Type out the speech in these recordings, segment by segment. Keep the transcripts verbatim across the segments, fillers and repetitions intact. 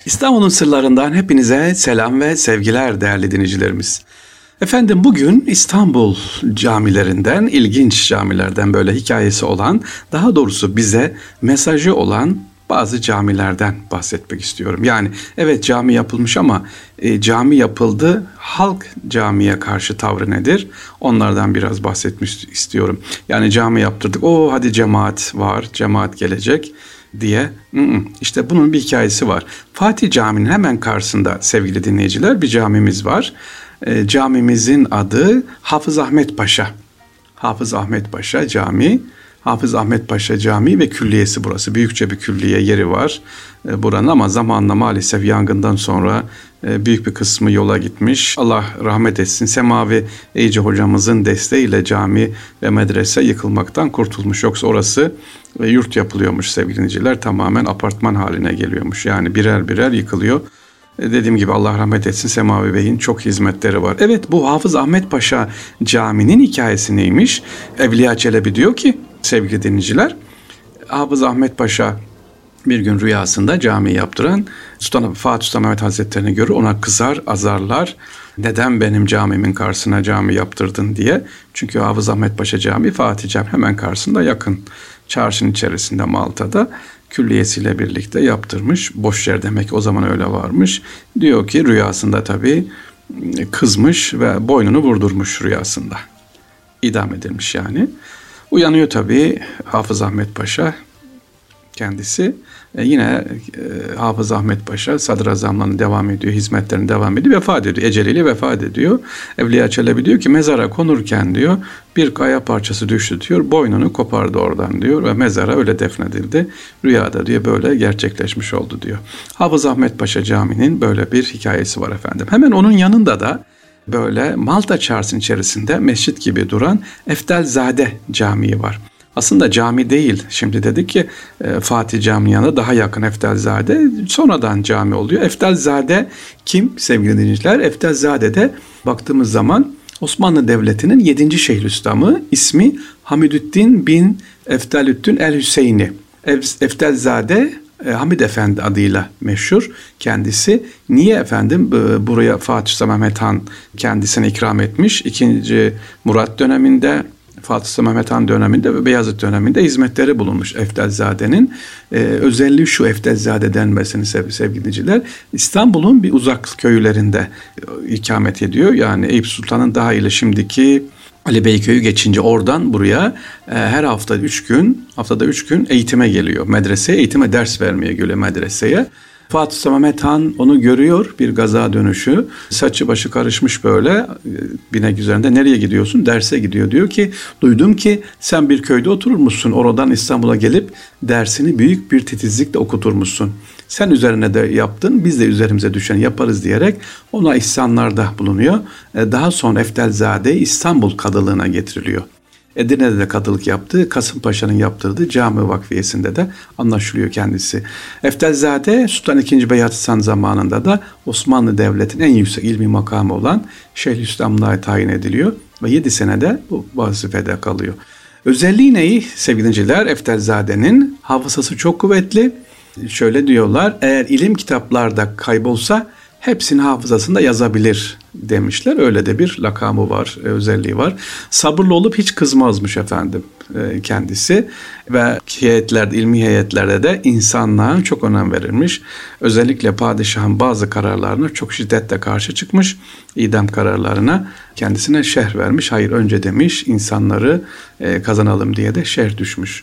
İstanbul'un sırlarından hepinize selam ve sevgiler değerli dinleyicilerimiz. Efendim bugün İstanbul camilerinden, ilginç camilerden böyle hikayesi olan, daha doğrusu bize mesajı olan bazı camilerden bahsetmek istiyorum. Yani evet cami yapılmış ama e, cami yapıldı, halk camiye karşı tavrı nedir? Onlardan biraz bahsetmek istiyorum. Yani cami yaptırdık, o hadi cemaat var, cemaat gelecek diye. İşte bunun bir hikayesi var. Fatih Camii'nin hemen karşısında sevgili dinleyiciler bir camimiz var. E, camimizin adı Hafız Ahmet Paşa. Hafız Ahmet Paşa Camii. Hafız Ahmet Paşa Camii ve külliyesi burası. Büyükçe bir külliye yeri var e, buranın ama zamanla maalesef yangından sonra e, büyük bir kısmı yola gitmiş. Allah rahmet etsin. Semavi Eyici hocamızın desteğiyle cami ve medrese yıkılmaktan kurtulmuş. Yoksa orası e, yurt yapılıyormuş sevgili dinleyiciler. Tamamen apartman haline geliyormuş. Yani birer birer yıkılıyor. Dediğim gibi Allah rahmet etsin, Semavi Bey'in çok hizmetleri var. Evet, bu Hafız Ahmet Paşa Camii'nin hikayesi neymiş? Evliya Çelebi diyor ki sevgili dinleyiciler, Hafız Ahmet Paşa bir gün rüyasında cami yaptıran Sultan Fatih Sultan Mehmet Hazretleri'ni görür, ona kızar, azarlar. Neden benim camimin karşısına cami yaptırdın diye. Çünkü Hafız Ahmet Paşa Camii Fatih Camii hemen karşısında, yakın. Çarşının içerisinde Malta'da. Külliyesiyle birlikte yaptırmış. Boş yer demek, o zaman öyle varmış. Diyor ki rüyasında tabii kızmış ve boynunu vurdurmuş rüyasında. İdam edilmiş yani. Uyanıyor tabii Hafız Ahmet Paşa kendisi. E yine e, Hafız Ahmet Paşa sadrazamlığına devam ediyor, hizmetlerine devam ediyor, vefat ediyor. Eceliyle vefat ediyor. Evliya Çelebi diyor ki mezara konurken diyor bir kaya parçası düştü diyor, boynunu kopardı oradan diyor ve mezara öyle defnedildi. Rüyada diyor böyle gerçekleşmiş oldu diyor. Hafız Ahmet Paşa Camii'nin böyle bir hikayesi var efendim. Hemen onun yanında da böyle Malta Çarşısı'nın içerisinde mescit gibi duran Eftelzade Camii var. Aslında cami değil. Şimdi dedik ki e, Fatih Camii'nin yanında daha yakın Eftelzade. Sonradan cami oluyor. Eftelzade kim sevgili dinleyiciler? Eftelzade de baktığımız zaman Osmanlı Devleti'nin yedinci Şeyhülislam'ı, ismi Hamidüddin bin Eftelüddin el-Hüseyni. Eftelzade e, Hamid Efendi adıyla meşhur kendisi. Niye efendim e, buraya Fatih Sultan Mehmet Han kendisine ikram etmiş? İkinci Murat döneminde, Fatih Sultan Mehmet Han döneminde ve Beyazıt döneminde hizmetleri bulunmuş Eftelzade'nin. Ee, özelliği şu, Eftelzade denmesini sev, sevgiliciler. İstanbul'un bir uzak köylerinde e, ikamet ediyor. Yani Eyüp Sultan'ın daha ile şimdiki Ali Beyköy'ü geçince oradan buraya e, her hafta üç gün, haftada üç gün eğitime geliyor. Medreseye, eğitime ders vermeye geliyor medreseye. Fatih Sultan Mehmet Han onu görüyor, bir gaza dönüşü. Saçı başı karışmış böyle binek üzerinde. Nereye gidiyorsun? Derse gidiyor. Diyor ki duydum ki sen bir köyde otururmuşsun. Oradan İstanbul'a gelip dersini büyük bir titizlikle okuturmuşsun. Sen üzerine de yaptın, biz de üzerimize düşen yaparız diyerek ona ihsanlarda bulunuyor. Daha sonra Eftelzade İstanbul Kadılığına getiriliyor. Edirne'de de kadılık yaptı. Kasımpaşa'nın yaptırdığı cami vakfiyesinde de anlaşılıyor kendisi. Eftelzade Sultan ikinci. Beyazıt Han zamanında da Osmanlı Devleti'nin en yüksek ilmi makamı olan Şeyhülislamlığa tayin ediliyor ve yedi senede bu vazifede kalıyor. Özelliği neyi sevgili dinleyiciler? Eftelzade'nin hafızası çok kuvvetli. Şöyle diyorlar, eğer ilim kitaplarda kaybolsa hepsini hafızasında yazabilir demişler. Öyle de bir lakamı var, özelliği var. Sabırlı olup hiç kızmazmış efendim kendisi. Ve heyetlerde, ilmi heyetlerde de insanlığa çok önem verilmiş. Özellikle padişahın bazı kararlarına çok şiddetle karşı çıkmış. İdam kararlarına kendisine şerh vermiş. Hayır önce demiş, insanları kazanalım diye de şerh düşmüş.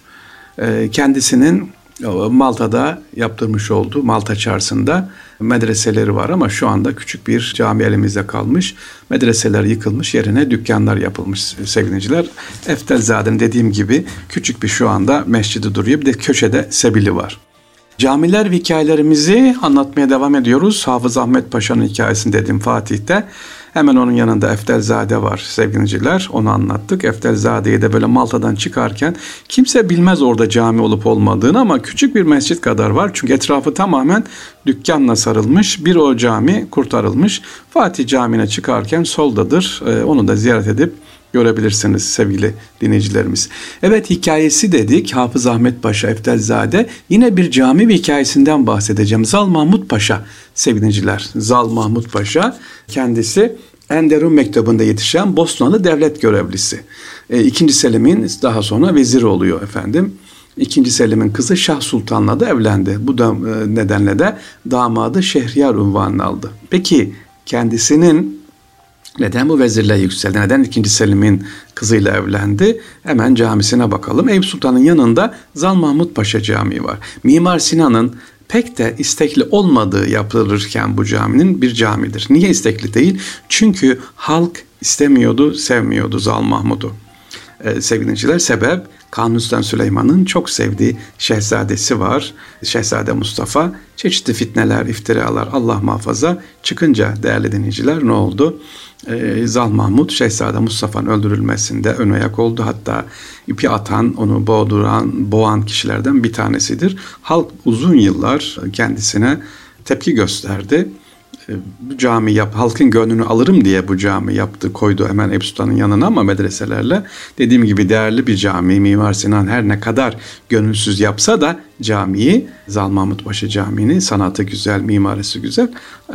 Kendisinin Malta'da yaptırmış olduğu Malta Çarşısı'nda medreseleri var ama şu anda küçük bir cami elimizde kalmış. Medreseler yıkılmış, yerine dükkanlar yapılmış sevgili dinleyiciler. Eftelzade'nin dediğim gibi küçük bir şu anda mescidi duruyor. Bir de köşede sebili var. Camiler ve hikayelerimizi anlatmaya devam ediyoruz. Hafız Ahmet Paşa'nın hikayesini dedim Fatih'te. Hemen onun yanında Eftelzade var sevgiliciler. Onu anlattık. Eftelzade'yi de böyle Malta'dan çıkarken kimse bilmez orada cami olup olmadığını ama küçük bir mescit kadar var. Çünkü etrafı tamamen dükkanla sarılmış. Bir o cami kurtarılmış. Fatih Camii'ne çıkarken soldadır. Ee, onu da ziyaret edip görebilirsiniz sevgili dinleyicilerimiz. Evet, hikayesi dedik. Hafız Ahmet Paşa Eftelzade. Yine bir cami ve hikayesinden bahsedeceğim. Zal Mahmut Paşa sevgili dinleyiciler. Zal Mahmut Paşa kendisi Enderun Mektebi'nde yetişen Bosnalı devlet görevlisi. E, İkinci Selim'in daha sonra veziri oluyor efendim. İkinci Selim'in kızı Şah Sultan'la da evlendi. Bu da e, nedenle de damadı Şehriyar unvanını aldı. Peki kendisinin neden bu vezirliğe yükseldi? Neden ikinci Selim'in kızıyla evlendi? Hemen camisine bakalım. Eyüp Sultan'ın yanında Zal Mahmut Paşa Camii var. Mimar Sinan'ın pek de istekli olmadığı yapılırken bu caminin bir camidir. Niye istekli değil? Çünkü halk istemiyordu, sevmiyordu Zal Mahmut'u. Ee, sevgili dinleyiciler, sebep Kanuni Sultan Süleyman'ın çok sevdiği şehzadesi var. Şehzade Mustafa. Çeşitli fitneler, iftiralar, Allah muhafaza çıkınca değerli dinleyiciler ne oldu? Ee, Zal Mahmut Şehzade Mustafa'nın öldürülmesinde ön ayak oldu. Hatta ipi atan, onu boğduran, boğan kişilerden bir tanesidir. Halk uzun yıllar kendisine tepki gösterdi. Bu cami yap, halkın gönlünü alırım diye bu cami yaptı, koydu hemen Eyüp Sultan'ın yanına ama medreselerle. Dediğim gibi değerli bir cami. Mimar Sinan her ne kadar gönülsüz yapsa da camiyi, Zal Mahmut Paşa Camii'nin sanatı güzel, mimarisi güzel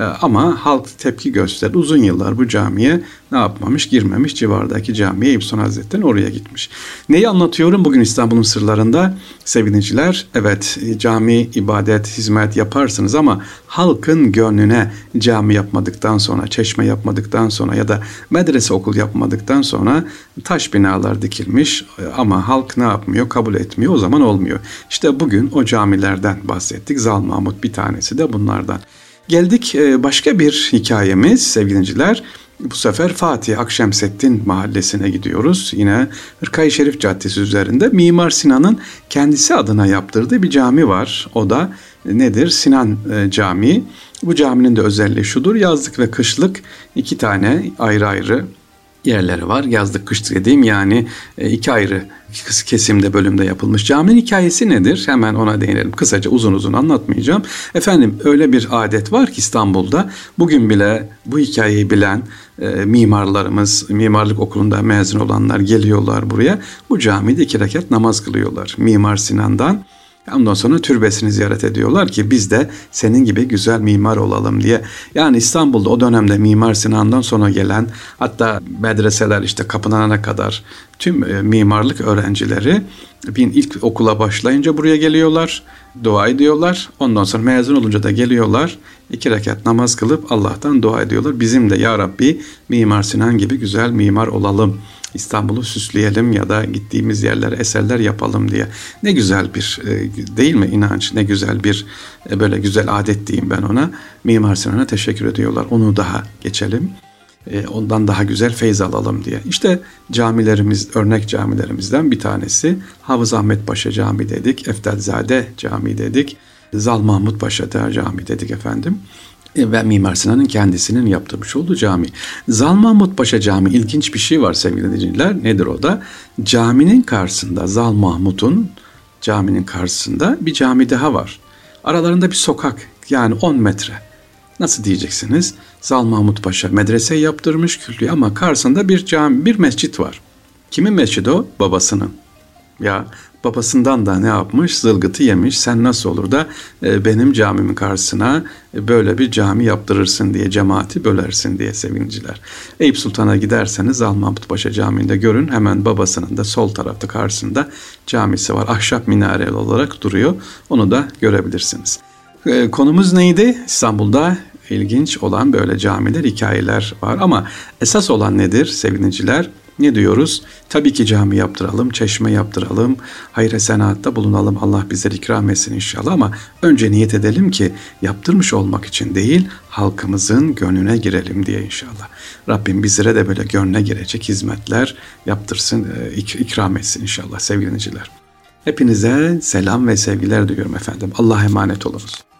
ama halk tepki gösterdi. Uzun yıllar bu camiye ne yapmamış, girmemiş, civardaki camiye Eyüp Sultan Hazretleri oraya gitmiş. Neyi anlatıyorum bugün İstanbul'un sırlarında sevgiliciler? Evet, cami, ibadet, hizmet yaparsınız ama halkın gönlüne cami yapmadıktan sonra, çeşme yapmadıktan sonra ya da medrese okul yapmadıktan sonra taş binalar dikilmiş ama halk ne yapmıyor, kabul etmiyor, o zaman olmuyor. İşte bugün o camilerden bahsettik. Zal Mahmut bir tanesi de bunlardan. Geldik başka bir hikayemiz sevgiliciler. Bu sefer Fatih Akşemseddin mahallesine gidiyoruz. Yine Hırkayı Şerif Caddesi üzerinde Mimar Sinan'ın kendisi adına yaptırdığı bir cami var. O da nedir? Sinan Camii. Bu caminin de özelliği şudur. Yazlık ve kışlık iki tane ayrı ayrı yerleri var. Yazlık kışlık dediğim yani iki ayrı kesimde, bölümde yapılmış. Caminin hikayesi nedir? Hemen ona değinelim. Kısaca, uzun uzun anlatmayacağım. Efendim, öyle bir adet var ki İstanbul'da bugün bile bu hikayeyi bilen e, mimarlarımız, mimarlık okulunda mezun olanlar geliyorlar buraya. Bu camide iki rekat namaz kılıyorlar. Mimar Sinan'dan. Ondan sonra türbesini ziyaret ediyorlar ki biz de senin gibi güzel mimar olalım diye. Yani İstanbul'da o dönemde Mimar Sinan'dan sonra gelen, hatta medreseler işte kapınana kadar tüm e, mimarlık öğrencileri bin ilk okula başlayınca buraya geliyorlar, dua ediyorlar. Ondan sonra mezun olunca da geliyorlar, iki rekat namaz kılıp Allah'tan dua ediyorlar. Bizim de ya Rabbi Mimar Sinan gibi güzel mimar olalım, İstanbul'u süsleyelim ya da gittiğimiz yerlere eserler yapalım diye. Ne güzel bir değil mi inanç, ne güzel bir böyle güzel adet diyeyim ben ona. Mimar Sinan'a teşekkür ediyorlar. Onu daha geçelim, ondan daha güzel feyz alalım diye. İşte camilerimiz, örnek camilerimizden bir tanesi Hafız Ahmet Paşa Camii dedik, Eftelzade Camii dedik, Zal Mahmut Paşa Camii dedik efendim. Ve Mimar Sinan'ın kendisinin yaptırmış olduğu cami. Zal Mahmut Paşa Camii, ilginç bir şey var sevgili dinleyiciler. Nedir o da? Caminin karşısında, Zal Mahmut'un caminin karşısında bir cami daha var. Aralarında bir sokak, yani on metre. Nasıl diyeceksiniz? Zal Mahmut Paşa medrese yaptırmış, külliye, ama karşısında bir cami, bir mescit var. Kimin mescidi o? Babasının. Ya babasından da ne yapmış? Zılgıtı yemiş. Sen nasıl olur da e, benim camimin karşısına e, böyle bir cami yaptırırsın diye, cemaati bölersin diye sevgiliciler. Eyüp Sultan'a giderseniz Zal Mahmut Paşa Camii'nde görün. Hemen babasının da sol tarafta karşısında camisi var. Ahşap minareli olarak duruyor. Onu da görebilirsiniz. E, konumuz neydi? İstanbul'da ilginç olan böyle camiler, hikayeler var ama esas olan nedir sevgiliciler? Ne diyoruz? Tabii ki cami yaptıralım, çeşme yaptıralım, hayır senatta bulunalım, Allah bizleri ikram etsin inşallah, ama önce niyet edelim ki yaptırmış olmak için değil, halkımızın gönlüne girelim diye inşallah. Rabbim bizlere de böyle gönlüne girecek hizmetler yaptırsın, ikram etsin inşallah sevgili dinleyiciler. Hepinize selam ve sevgiler diliyorum efendim. Allah'a emanet olunuz.